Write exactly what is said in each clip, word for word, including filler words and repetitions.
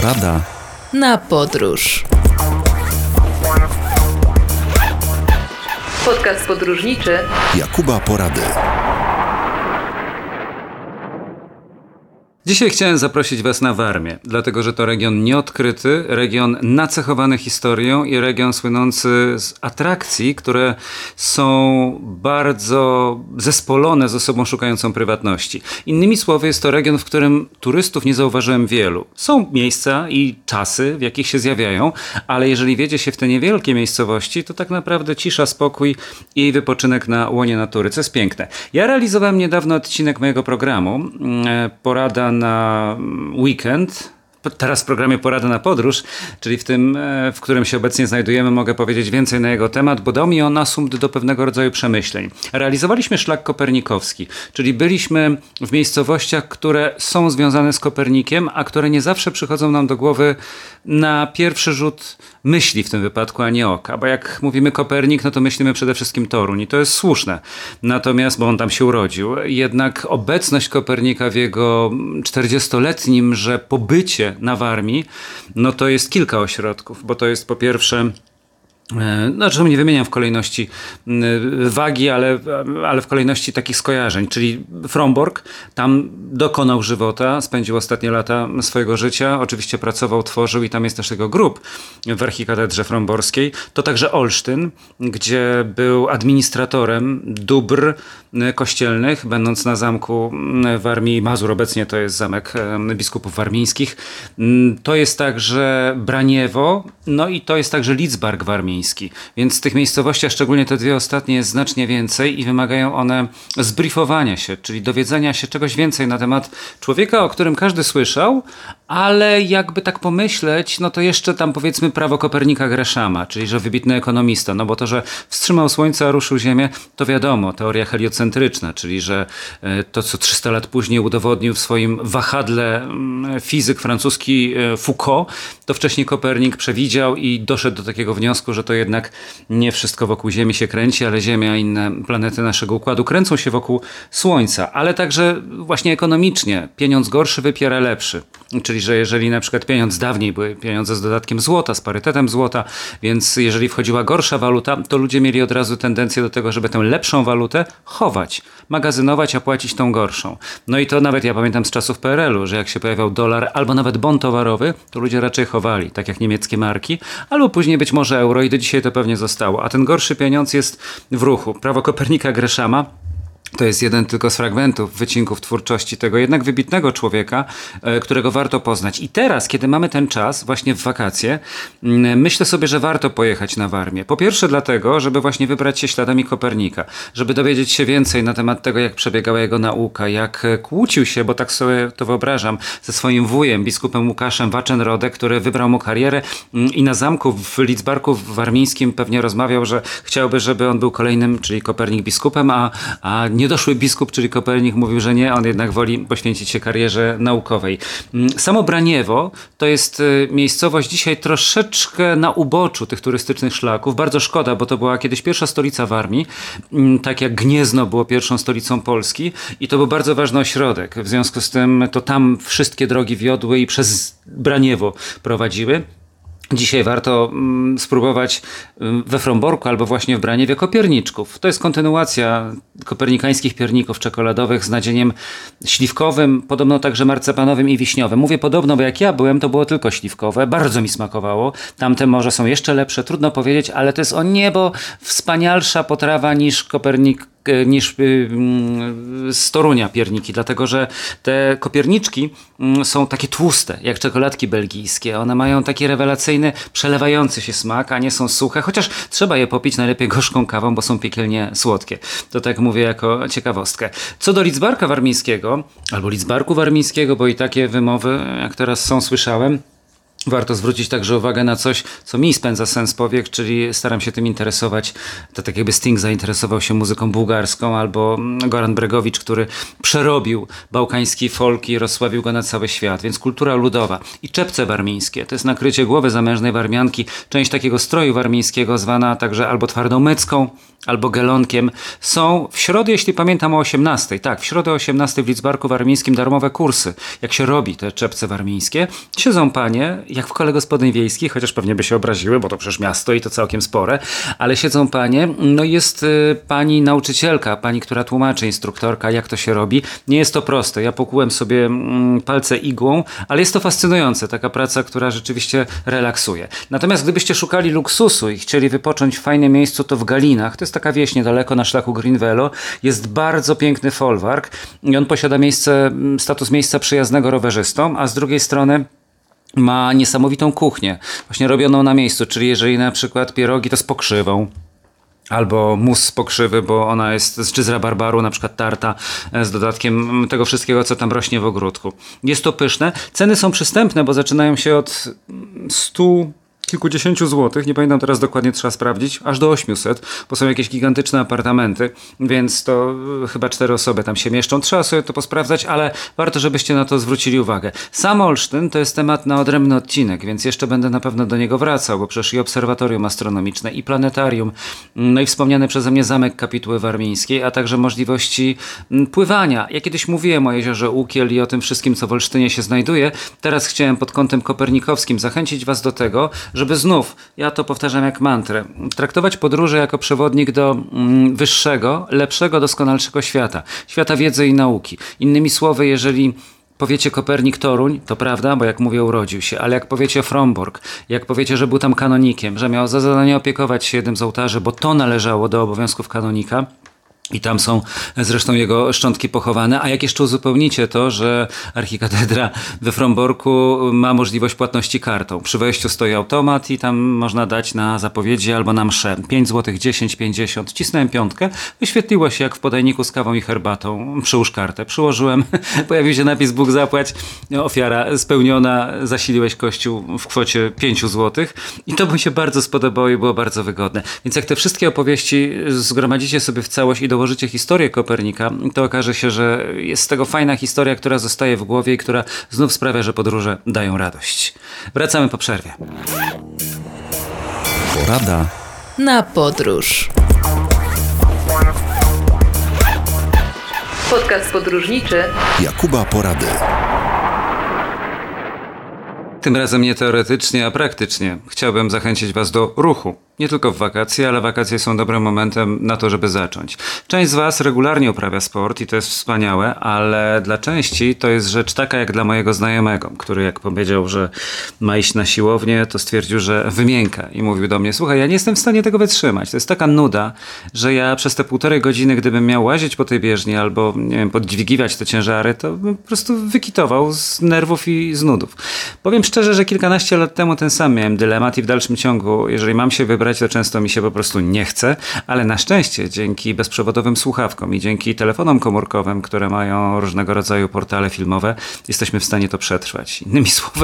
Porada na podróż. Podcast podróżniczy Jakuba Porady. Dzisiaj chciałem zaprosić Was na Warmię, dlatego że to region nieodkryty, region nacechowany historią i region słynący z atrakcji, które są bardzo zespolone z osobą szukającą prywatności. Innymi słowy, jest to region, w którym turystów nie zauważyłem wielu. Są miejsca i czasy, w jakich się zjawiają, ale jeżeli wiedzie się w te niewielkie miejscowości, to tak naprawdę cisza, spokój i wypoczynek na łonie natury, co jest piękne. Ja realizowałem niedawno odcinek mojego programu, Porada na weekend, teraz w programie Porada na podróż, czyli w tym, w którym się obecnie znajdujemy, mogę powiedzieć więcej na jego temat, bo dał mi on asumpt do pewnego rodzaju przemyśleń. Realizowaliśmy szlak kopernikowski, czyli byliśmy w miejscowościach, które są związane z Kopernikiem, a które nie zawsze przychodzą nam do głowy na pierwszy rzut myśli w tym wypadku, a nie oka. Bo jak mówimy Kopernik, no to myślimy przede wszystkim Toruń i to jest słuszne. Natomiast, bo on tam się urodził, jednak obecność Kopernika w jego czterdziestoletnim, że pobycie na Warmii, no to jest kilka ośrodków, bo to jest po pierwsze, znaczy nie wymieniam w kolejności wagi, ale, ale w kolejności takich skojarzeń, czyli Frombork, tam dokonał żywota, spędził ostatnie lata swojego życia, oczywiście pracował, tworzył i tam jest też jego grób w archikatedrze fromborskiej. To także Olsztyn, gdzie był administratorem dóbr kościelnych, będąc na zamku Warmii i Mazur, obecnie to jest zamek biskupów warmińskich. To jest także Braniewo, no i to jest także Lidzbark warmiński. Więc w tych miejscowościach, szczególnie te dwie ostatnie, jest znacznie więcej i wymagają one zbriefowania się, czyli dowiedzenia się czegoś więcej na temat człowieka, o którym każdy słyszał, ale jakby tak pomyśleć, no to jeszcze tam powiedzmy prawo Kopernika Greszama, czyli że wybitny ekonomista, no bo to, że wstrzymał słońce, a ruszył ziemię, to wiadomo, teoria heliocentryczna, czyli że to, co trzysta lat później udowodnił w swoim wahadle fizyk francuski Foucault, to wcześniej Kopernik przewidział i doszedł do takiego wniosku, że to jednak nie wszystko wokół Ziemi się kręci, ale Ziemia i inne planety naszego układu kręcą się wokół Słońca, ale także właśnie ekonomicznie pieniądz gorszy wypiera lepszy. Czyli, że jeżeli na przykład pieniądz dawniej były pieniądze z dodatkiem złota, z parytetem złota, więc jeżeli wchodziła gorsza waluta, to ludzie mieli od razu tendencję do tego, żeby tę lepszą walutę chować, magazynować, a płacić tą gorszą. No i to nawet ja pamiętam z czasów P R L u, że jak się pojawiał dolar albo nawet bon towarowy, to ludzie raczej chowali, tak jak niemieckie marki, albo później być może euro i do dzisiaj to pewnie zostało. A ten gorszy pieniądz jest w ruchu. Prawo Kopernika Greszama to jest jeden tylko z fragmentów, wycinków twórczości tego jednak wybitnego człowieka, którego warto poznać. I teraz, kiedy mamy ten czas, właśnie w wakacje, myślę sobie, że warto pojechać na Warmię. Po pierwsze dlatego, żeby właśnie wybrać się śladami Kopernika, żeby dowiedzieć się więcej na temat tego, jak przebiegała jego nauka, jak kłócił się, bo tak sobie to wyobrażam, ze swoim wujem, biskupem Łukaszem Waczenrodę, który wybrał mu karierę i na zamku w Lidzbarku warmińskim pewnie rozmawiał, że chciałby, żeby on był kolejnym, czyli Kopernik biskupem, a, a niedoszły biskup, czyli Kopernik, mówił, że nie, on jednak woli poświęcić się karierze naukowej. Samo Braniewo to jest miejscowość dzisiaj troszeczkę na uboczu tych turystycznych szlaków. Bardzo szkoda, bo to była kiedyś pierwsza stolica Warmii, tak jak Gniezno było pierwszą stolicą Polski i to był bardzo ważny ośrodek. W związku z tym to tam wszystkie drogi wiodły i przez Braniewo prowadziły. Dzisiaj warto mm, spróbować we Fromborku albo właśnie w Braniewie kopierniczków. To jest kontynuacja kopernikańskich pierników czekoladowych z nadzieniem śliwkowym, podobno także marcepanowym i wiśniowym. Mówię podobno, bo jak ja byłem, to było tylko śliwkowe. Bardzo mi smakowało. Tamte może są jeszcze lepsze, trudno powiedzieć, ale to jest o niebo wspanialsza potrawa niż Kopernik niż z Torunia pierniki, dlatego że te kopierniczki są takie tłuste, jak czekoladki belgijskie. One mają taki rewelacyjny, przelewający się smak, a nie są suche, chociaż trzeba je popić najlepiej gorzką kawą, bo są piekielnie słodkie. To tak mówię jako ciekawostkę. Co do Lidzbarka warmińskiego, albo Lidzbarku warmińskiego, bo i takie wymowy, jak teraz są, słyszałem, Warto zwrócić także uwagę na coś, co mi spędza sens powiek, czyli staram się tym interesować. To tak jakby Sting zainteresował się muzyką bułgarską, albo Goran Bregowicz, który przerobił bałkański folk i rozsławił go na cały świat. Więc kultura ludowa i czepce warmińskie, to jest nakrycie głowy zamężnej warmianki, część takiego stroju warmińskiego, zwana także albo twardą mycką, albo gelonkiem. Są w środę, jeśli pamiętam, o osiemnastej. Tak, w środę o osiemnastej w Lidzbarku Warmińskim darmowe kursy. Jak się robi te czepce warmińskie. Siedzą panie, jak w kole gospodyń wiejskich, chociaż pewnie by się obraziły, bo to przecież miasto i to całkiem spore, ale siedzą panie. No jest y, pani nauczycielka, pani, która tłumaczy, instruktorka, jak to się robi. Nie jest to proste. Ja pokułem sobie mm, palce igłą, ale jest to fascynujące. Taka praca, która rzeczywiście relaksuje. Natomiast gdybyście szukali luksusu i chcieli wypocząć w fajnym miejscu, to w Galinach, to jest taka wieś niedaleko na szlaku Greenvelo, jest bardzo piękny folwark i on posiada miejsce, status miejsca przyjaznego rowerzystom, a z drugiej strony ma niesamowitą kuchnię, właśnie robioną na miejscu, czyli jeżeli na przykład pierogi, to z pokrzywą, albo mus z pokrzywy, bo ona jest, czy z rabarbaru, na przykład tarta z dodatkiem tego wszystkiego, co tam rośnie w ogródku. Jest to pyszne. Ceny są przystępne, bo zaczynają się od stu kilkudziesięciu złotych, nie pamiętam teraz dokładnie, trzeba sprawdzić, aż do ośmiuset, bo są jakieś gigantyczne apartamenty, więc to chyba cztery osoby tam się mieszczą. Trzeba sobie to posprawdzać, ale warto, żebyście na to zwrócili uwagę. Sam Olsztyn to jest temat na odrębny odcinek, więc jeszcze będę na pewno do niego wracał, bo przecież i obserwatorium astronomiczne, i planetarium, no i wspomniany przeze mnie zamek Kapituły Warmińskiej, a także możliwości pływania. Ja kiedyś mówiłem o jeziorze Ukiel i o tym wszystkim, co w Olsztynie się znajduje. Teraz chciałem pod kątem kopernikowskim zachęcić was do tego, żeby znów, ja to powtarzam jak mantrę, traktować podróże jako przewodnik do mm, wyższego, lepszego, doskonalszego świata. Świata wiedzy i nauki. Innymi słowy, jeżeli powiecie Kopernik Toruń, to prawda, bo jak mówię, urodził się, ale jak powiecie Fromborg, jak powiecie, że był tam kanonikiem, że miał za zadanie opiekować się jednym z ołtarzy, bo to należało do obowiązków kanonika, i tam są zresztą jego szczątki pochowane. A jak jeszcze uzupełnicie to, że archikatedra we Fromborku ma możliwość płatności kartą. Przy wejściu stoi automat i tam można dać na zapowiedzi albo na mszę. pięć złotych, dziesięć, pięćdziesiąt. Cisnąłem piątkę. Wyświetliło się jak w podajniku z kawą i herbatą. Przyłóż kartę. Przyłożyłem. Pojawił się napis Bóg zapłać. Ofiara spełniona. Zasiliłeś kościół w kwocie pięć złotych. I to mi się bardzo spodobało i było bardzo wygodne. Więc jak te wszystkie opowieści zgromadzicie sobie w całość i dołożycie historię Kopernika, to okaże się, że jest z tego fajna historia, która zostaje w głowie i która znów sprawia, że podróże dają radość. Wracamy po przerwie. Porada na podróż. Podcast podróżniczy Jakuba Porady. Tym razem nie teoretycznie, a praktycznie. Chciałbym zachęcić was do ruchu. Nie tylko w wakacje, ale wakacje są dobrym momentem na to, żeby zacząć. Część z was regularnie uprawia sport i to jest wspaniałe, ale dla części to jest rzecz taka jak dla mojego znajomego, który jak powiedział, że ma iść na siłownię, to stwierdził, że wymięka i mówił do mnie: słuchaj, ja nie jestem w stanie tego wytrzymać. To jest taka nuda, że ja przez te półtorej godziny, gdybym miał łazić po tej bieżni albo, nie wiem, podźwigiwać te ciężary, to bym po prostu wykitował z nerwów i z nudów. Powiem szczerze, że kilkanaście lat temu ten sam miałem dylemat i w dalszym ciągu, jeżeli mam się wybrać, to często mi się po prostu nie chce, ale na szczęście dzięki bezprzewodowym słuchawkom i dzięki telefonom komórkowym, które mają różnego rodzaju portale filmowe, jesteśmy w stanie to przetrwać. Innymi słowy,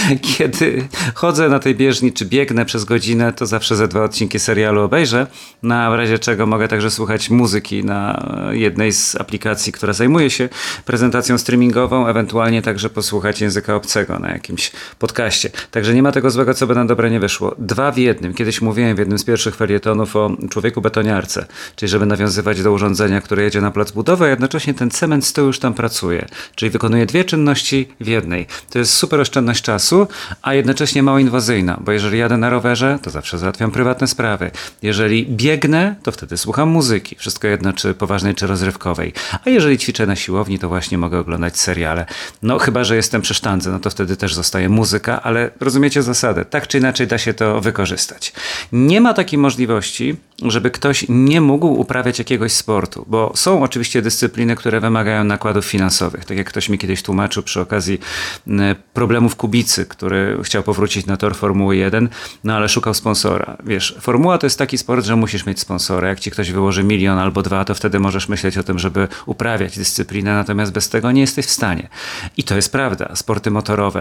kiedy chodzę na tej bieżni, czy biegnę przez godzinę, to zawsze ze dwa odcinki serialu obejrzę, na w razie czego mogę także słuchać muzyki na jednej z aplikacji, która zajmuje się prezentacją streamingową, ewentualnie także posłuchać języka obcego na jakimś podcaście. Także nie ma tego złego, co by na dobre nie wyszło. Dwa w jednym. Kiedyś mówiłem w jednym z pierwszych felietonów o człowieku betoniarce, czyli żeby nawiązywać do urządzenia, które jedzie na plac budowy, a jednocześnie ten cement z tyłu już tam pracuje. Czyli wykonuje dwie czynności w jednej. To jest super oszczędność czasu, a jednocześnie mało inwazyjna, bo jeżeli jadę na rowerze, to zawsze załatwiam prywatne sprawy. Jeżeli biegnę, to wtedy słucham muzyki. Wszystko jedno, czy poważnej, czy rozrywkowej. A jeżeli ćwiczę na siłowni, to właśnie mogę oglądać seriale. No chyba, że jestem przy sztandze, no to wtedy też zostaje muzyka, ale rozumiecie zasadę. Tak czy inaczej da się to wykorzystać. Nie ma takiej możliwości, żeby ktoś nie mógł uprawiać jakiegoś sportu, bo są oczywiście dyscypliny, które wymagają nakładów finansowych. Tak jak ktoś mi kiedyś tłumaczył przy okazji problemów Kubicy, który chciał powrócić na tor Formuły jeden, no ale szukał sponsora. Wiesz, formuła to jest taki sport, że musisz mieć sponsora. Jak ci ktoś wyłoży milion albo dwa, to wtedy możesz myśleć o tym, żeby uprawiać dyscyplinę, natomiast bez tego nie jesteś w stanie. I to jest prawda. Sporty motorowe,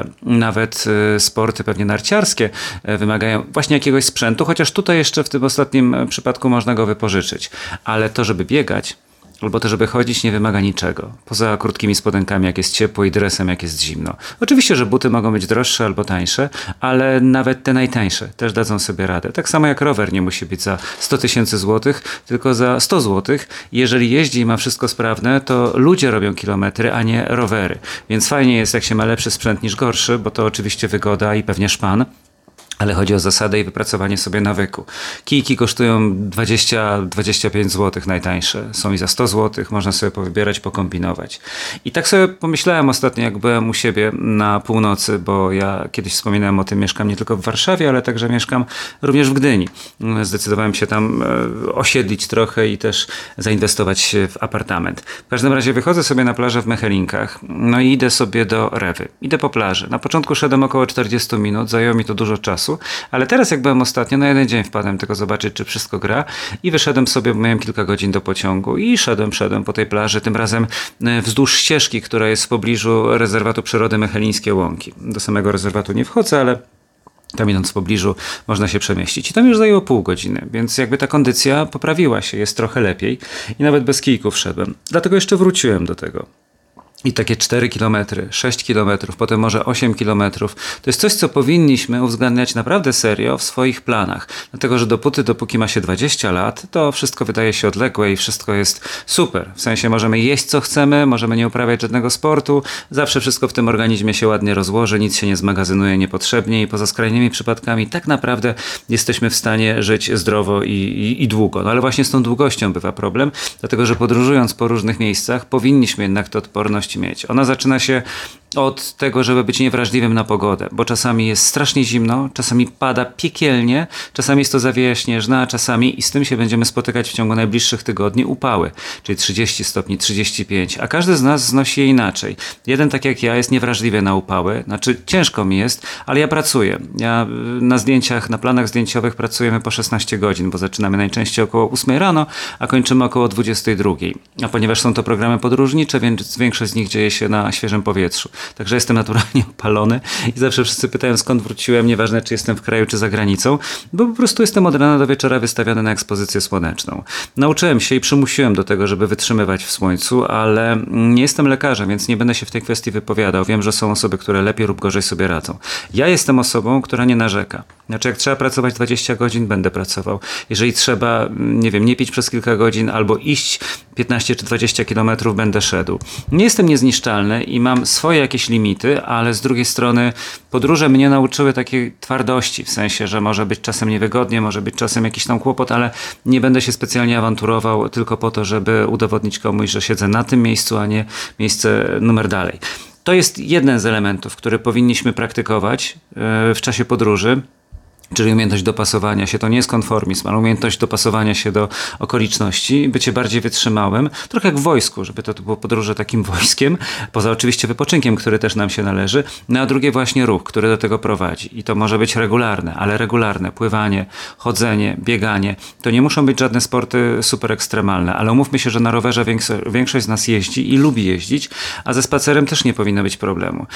nawet sporty pewnie narciarskie wymagają właśnie jakiegoś sprzętu, chociaż tutaj jeszcze w tym ostatnim przypadku można go wypożyczyć. Ale to, żeby biegać, albo to, żeby chodzić, nie wymaga niczego. Poza krótkimi spodenkami, jak jest ciepło, i dresem, jak jest zimno. Oczywiście, że buty mogą być droższe albo tańsze, ale nawet te najtańsze też dadzą sobie radę. Tak samo jak rower nie musi być za sto tysięcy złotych, tylko za sto złotych. Jeżeli jeździ i ma wszystko sprawne, to ludzie robią kilometry, a nie rowery. Więc fajnie jest, jak się ma lepszy sprzęt niż gorszy, bo to oczywiście wygoda i pewnie szpan. Ale chodzi o zasadę i wypracowanie sobie nawyku. Kijki kosztują dwadzieścia do dwudziestu pięciu złotych najtańsze. Są i za sto złotych, można sobie powybierać, pokombinować. I tak sobie pomyślałem ostatnio, jak byłem u siebie na północy, bo ja kiedyś wspominałem o tym, mieszkam nie tylko w Warszawie, ale także mieszkam również w Gdyni. Zdecydowałem się tam osiedlić trochę i też zainwestować w apartament. W każdym razie wychodzę sobie na plażę w Mechelinkach, no i idę sobie do Rewy. Idę po plaży. Na początku szedłem około czterdzieści minut, zajęło mi to dużo czasu. Ale teraz, jak byłem ostatnio, na jeden dzień wpadłem tylko zobaczyć, czy wszystko gra, i wyszedłem sobie, bo miałem kilka godzin do pociągu i szedłem, szedłem po tej plaży, tym razem wzdłuż ścieżki, która jest w pobliżu rezerwatu przyrody Mechelińskie Łąki. Do samego rezerwatu nie wchodzę, ale tam idąc w pobliżu można się przemieścić. I tam już zajęło pół godziny, więc jakby ta kondycja poprawiła się, jest trochę lepiej i nawet bez kijków szedłem. Dlatego jeszcze wróciłem do tego. I takie cztery kilometry, sześć kilometrów, potem może osiem kilometrów. To jest coś, co powinniśmy uwzględniać naprawdę serio w swoich planach. Dlatego, że dopóty, dopóki ma się dwadzieścia lat, to wszystko wydaje się odległe i wszystko jest super. W sensie możemy jeść co chcemy, możemy nie uprawiać żadnego sportu, zawsze wszystko w tym organizmie się ładnie rozłoży, nic się nie zmagazynuje niepotrzebnie i poza skrajnymi przypadkami tak naprawdę jesteśmy w stanie żyć zdrowo i, i, i długo. No ale właśnie z tą długością bywa problem, dlatego, że podróżując po różnych miejscach powinniśmy jednak tę odporność mieć. Ona zaczyna się od tego, żeby być niewrażliwym na pogodę, bo czasami jest strasznie zimno, czasami pada piekielnie, czasami jest to zawieja śnieżna, a czasami, i z tym się będziemy spotykać w ciągu najbliższych tygodni, upały, czyli trzydzieści stopni, trzydzieści pięć, a każdy z nas znosi je inaczej. Jeden, tak jak ja, jest niewrażliwy na upały, znaczy ciężko mi jest, ale ja pracuję. Ja na zdjęciach, na planach zdjęciowych pracujemy po szesnaście godzin, bo zaczynamy najczęściej około ósmej rano, a kończymy około dwudziestej drugiej. A ponieważ są to programy podróżnicze, więc większość z nich dzieje się na świeżym powietrzu. Także jestem naturalnie opalony i zawsze wszyscy pytają, skąd wróciłem, nieważne czy jestem w kraju, czy za granicą, bo po prostu jestem od rana do wieczora wystawiony na ekspozycję słoneczną. Nauczyłem się i przymusiłem do tego, żeby wytrzymywać w słońcu, ale nie jestem lekarzem, więc nie będę się w tej kwestii wypowiadał. Wiem, że są osoby, które lepiej lub gorzej sobie radzą. Ja jestem osobą, która nie narzeka. Znaczy, jak trzeba pracować dwadzieścia godzin, będę pracował. Jeżeli trzeba, nie wiem, nie pić przez kilka godzin albo iść piętnaście czy dwadzieścia kilometrów, będę szedł. Nie jestem niezniszczalny i mam swoje jakieś limity, ale z drugiej strony podróże mnie nauczyły takiej twardości, w sensie, że może być czasem niewygodnie, może być czasem jakiś tam kłopot, ale nie będę się specjalnie awanturował tylko po to, żeby udowodnić komuś, że siedzę na tym miejscu, a nie miejsce numer dalej. To jest jeden z elementów, który powinniśmy praktykować w czasie podróży. Czyli umiejętność dopasowania się, to nie jest konformizm, ale umiejętność dopasowania się do okoliczności, bycie bardziej wytrzymałym, trochę jak w wojsku, żeby to było podróże takim wojskiem, poza oczywiście wypoczynkiem, który też nam się należy, no a drugie właśnie ruch, który do tego prowadzi. I to może być regularne, ale regularne, pływanie, chodzenie, bieganie, to nie muszą być żadne sporty super ekstremalne, ale umówmy się, że na rowerze większość z nas jeździ i lubi jeździć, a ze spacerem też nie powinno być problemu.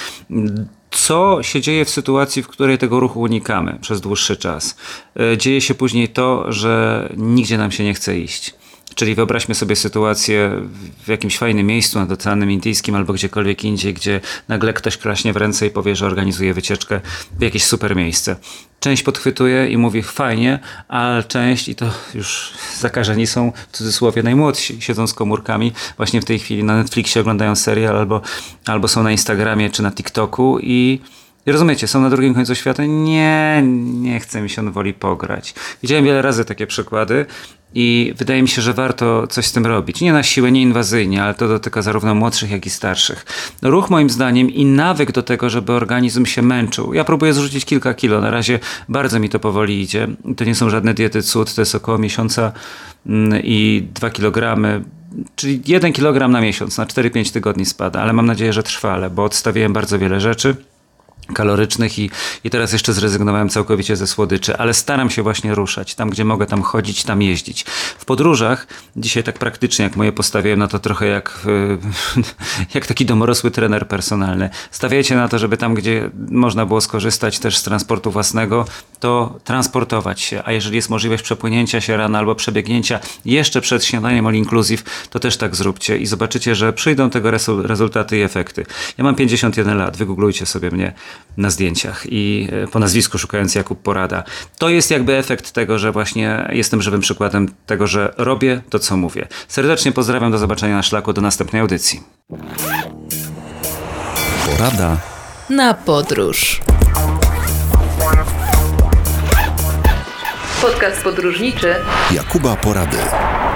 Co się dzieje w sytuacji, w której tego ruchu unikamy przez dłuższy czas? Dzieje się później to, że nigdzie nam się nie chce iść. Czyli wyobraźmy sobie sytuację w jakimś fajnym miejscu nad Oceanem Indyjskim albo gdziekolwiek indziej, gdzie nagle ktoś klaśnie w ręce i powie, że organizuje wycieczkę w jakieś super miejsce. Część podchwytuje i mówi fajnie, a część, i to już zakażeni są w cudzysłowie najmłodsi, siedzą z komórkami właśnie w tej chwili na Netflixie, oglądają serial albo, albo są na Instagramie czy na TikToku i I rozumiecie, są na drugim końcu świata, nie, nie chce mi się, on woli pograć. Widziałem wiele razy takie przykłady i wydaje mi się, że warto coś z tym robić. Nie na siłę, nie inwazyjnie, ale to dotyka zarówno młodszych, jak i starszych. Ruch moim zdaniem i nawyk do tego, żeby organizm się męczył. Ja próbuję zrzucić kilka kilo, na razie bardzo mi to powoli idzie. To nie są żadne diety cud, to jest około miesiąca i dwa kilogramy. Czyli jeden kilogram na miesiąc, na cztery pięć tygodni spada, ale mam nadzieję, że trwale, bo odstawiłem bardzo wiele rzeczy. kalorycznych i, i teraz jeszcze zrezygnowałem całkowicie ze słodyczy, ale staram się właśnie ruszać. Tam, gdzie mogę, tam chodzić, tam jeździć. W podróżach, dzisiaj tak praktycznie, jak moje postawiłem na to trochę jak, jak taki domorosły trener personalny. Stawiajcie na to, żeby tam, gdzie można było skorzystać też z transportu własnego, to transportować się. A jeżeli jest możliwość przepłynięcia się rano albo przebiegnięcia jeszcze przed śniadaniem all inclusive, to też tak zróbcie i zobaczycie, że przyjdą tego resu- rezultaty i efekty. Ja mam pięćdziesiąt jeden lat, wygooglujcie sobie mnie na zdjęciach i po nazwisku szukając Jakub Porada. To jest jakby efekt tego, że właśnie jestem żywym przykładem tego, że robię to, co mówię. Serdecznie pozdrawiam, do zobaczenia na szlaku, do następnej audycji. Porada na podróż. Podcast podróżniczy Jakuba Porady.